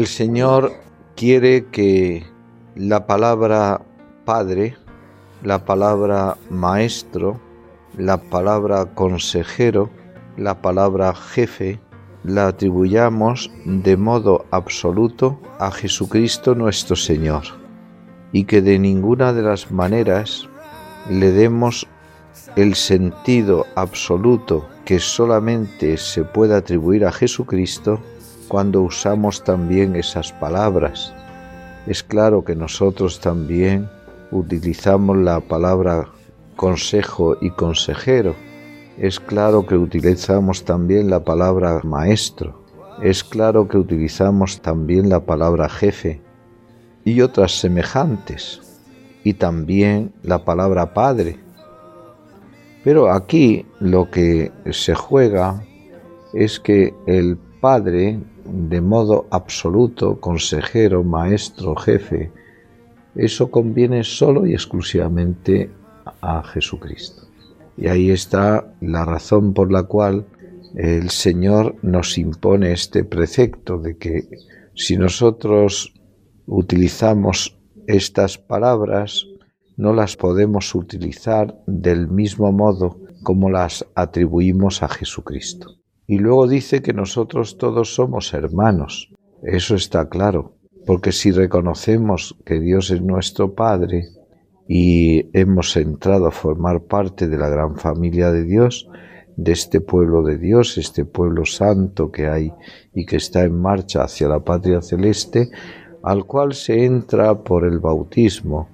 El Señor quiere que la palabra Padre, la palabra Maestro, la palabra Consejero, la palabra Jefe, la atribuyamos de modo absoluto a Jesucristo nuestro Señor, y que de ninguna de las maneras le demos el sentido absoluto que solamente se puede atribuir a Jesucristo cuando usamos también esas palabras. Es claro que nosotros también utilizamos la palabra consejo y consejero. Es claro que utilizamos también la palabra maestro. Es claro que utilizamos también la palabra jefe y otras semejantes. Y también la palabra padre. Pero aquí lo que se juega es que el Padre, de modo absoluto, consejero, maestro, jefe, eso conviene solo y exclusivamente a Jesucristo. Y ahí está la razón por la cual el Señor nos impone este precepto de que si nosotros utilizamos estas palabras, no las podemos utilizar del mismo modo como las atribuimos a Jesucristo. Y luego dice que nosotros todos somos hermanos. Eso está claro, porque si reconocemos que Dios es nuestro Padre y hemos entrado a formar parte de la gran familia de Dios, de este pueblo de Dios, este pueblo santo que hay y que está en marcha hacia la patria celeste, al cual se entra por el bautismo,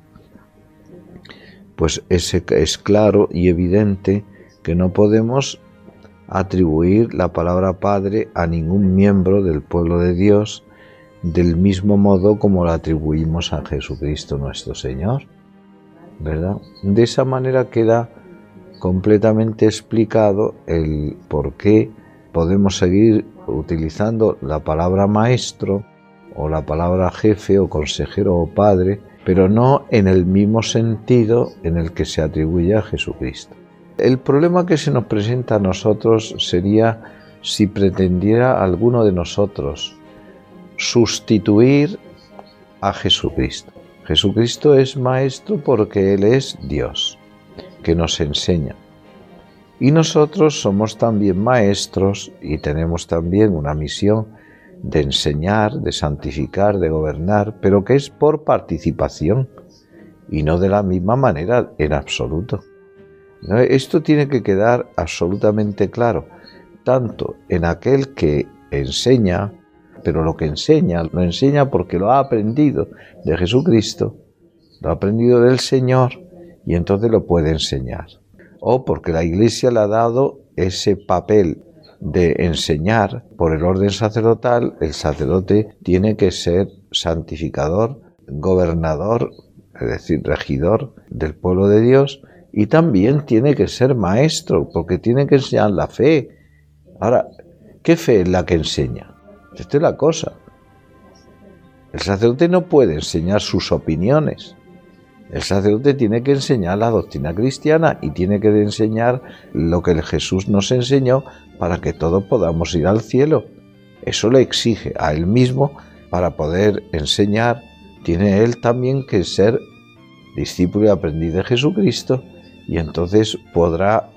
pues es claro y evidente que no podemos atribuir la palabra Padre a ningún miembro del pueblo de Dios del mismo modo como la atribuimos a Jesucristo nuestro Señor, ¿verdad? De esa manera queda completamente explicado el por qué podemos seguir utilizando la palabra maestro o la palabra jefe o consejero o padre, pero no en el mismo sentido en el que se atribuye a Jesucristo. El problema que se nos presenta a nosotros sería si pretendiera alguno de nosotros sustituir a Jesucristo. Jesucristo es maestro porque Él es Dios, que nos enseña. Y nosotros somos también maestros y tenemos también una misión de enseñar, de santificar, de gobernar, pero que es por participación y no de la misma manera en absoluto. Esto tiene que quedar absolutamente claro, tanto en aquel que enseña, pero lo que enseña, lo enseña porque lo ha aprendido de Jesucristo, lo ha aprendido del Señor y entonces lo puede enseñar. O porque la Iglesia le ha dado ese papel de enseñar por el orden sacerdotal, el sacerdote tiene que ser santificador, gobernador, es decir, regidor del pueblo de Dios, y también tiene que ser maestro, porque tiene que enseñar la fe. Ahora, ¿qué fe es la que enseña? Esta es la cosa. El sacerdote no puede enseñar sus opiniones. El sacerdote tiene que enseñar la doctrina cristiana y tiene que enseñar lo que Jesús nos enseñó para que todos podamos ir al cielo. Eso le exige a él mismo para poder enseñar. Tiene él también que ser discípulo y aprendiz de Jesucristo y entonces podrá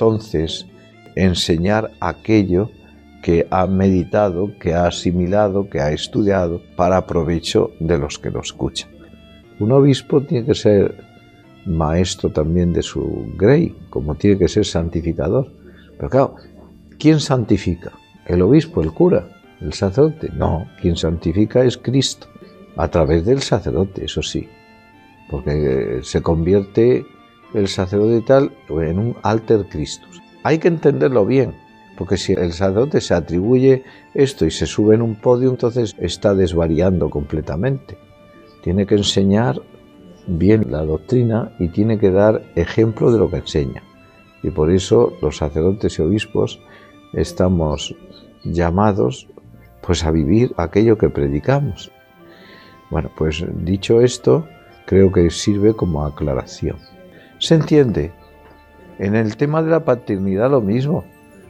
enseñar aquello que ha meditado, que ha asimilado, que ha estudiado para provecho de los que lo escuchan. Un obispo tiene que ser maestro también de su grey, como tiene que ser santificador. Pero claro, ¿quién santifica? ¿El obispo, el cura, el sacerdote? No, quien santifica es Cristo, a través del sacerdote, eso sí, porque se convierte el sacerdote tal en un alter Christus. Hay que entenderlo bien, porque si el sacerdote se atribuye esto y se sube en un podio, entonces está desvariando completamente. Tiene que enseñar bien la doctrina y tiene que dar ejemplo de lo que enseña. Y por eso los sacerdotes y obispos estamos llamados pues a vivir aquello que predicamos. Bueno, pues dicho esto, creo que sirve como aclaración. ¿Se entiende? En el tema de la paternidad lo mismo.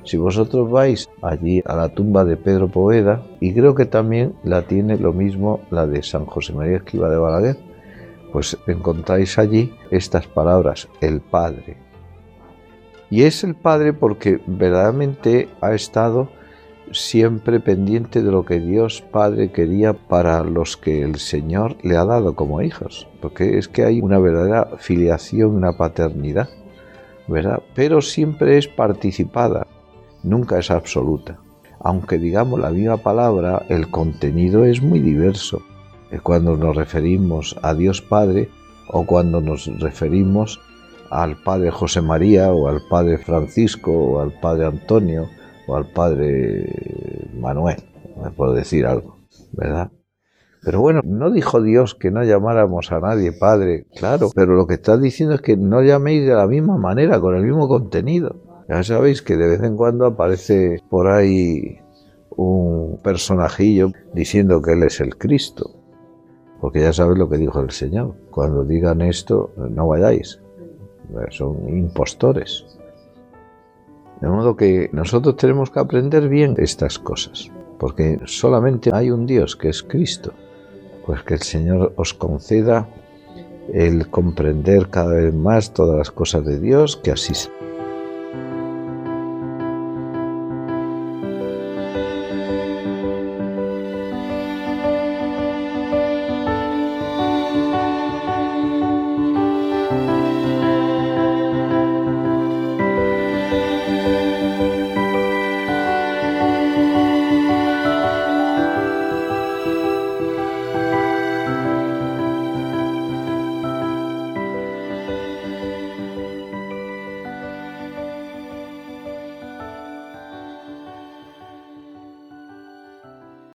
Si vosotros vais allí a la tumba de Pedro Poveda, y creo que también la tiene lo mismo la de San José María Escrivá de Balaguer, pues encontráis allí estas palabras, el Padre. Y es el Padre porque verdaderamente ha estado siempre pendiente de lo que Dios Padre quería para los que el Señor le ha dado como hijos, porque es que hay una verdadera filiación, una paternidad, ¿verdad? Pero siempre es participada, nunca es absoluta. Aunque digamos la misma palabra, el contenido es muy diverso. Cuando nos referimos a Dios Padre o cuando nos referimos al Padre José María o al Padre Francisco o al Padre Antonio o al Padre Manuel, me puedo decir algo, ¿verdad? Pero bueno, no dijo Dios que no llamáramos a nadie Padre, claro, pero lo que está diciendo es que no llaméis de la misma manera, con el mismo contenido. Ya sabéis que de vez en cuando aparece por ahí un personajillo diciendo que Él es el Cristo, porque ya sabéis lo que dijo el Señor, cuando digan esto, no vayáis, son impostores. De modo que nosotros tenemos que aprender bien estas cosas, porque solamente hay un Dios que es Cristo. Pues que el Señor os conceda el comprender cada vez más todas las cosas de Dios, que así sea.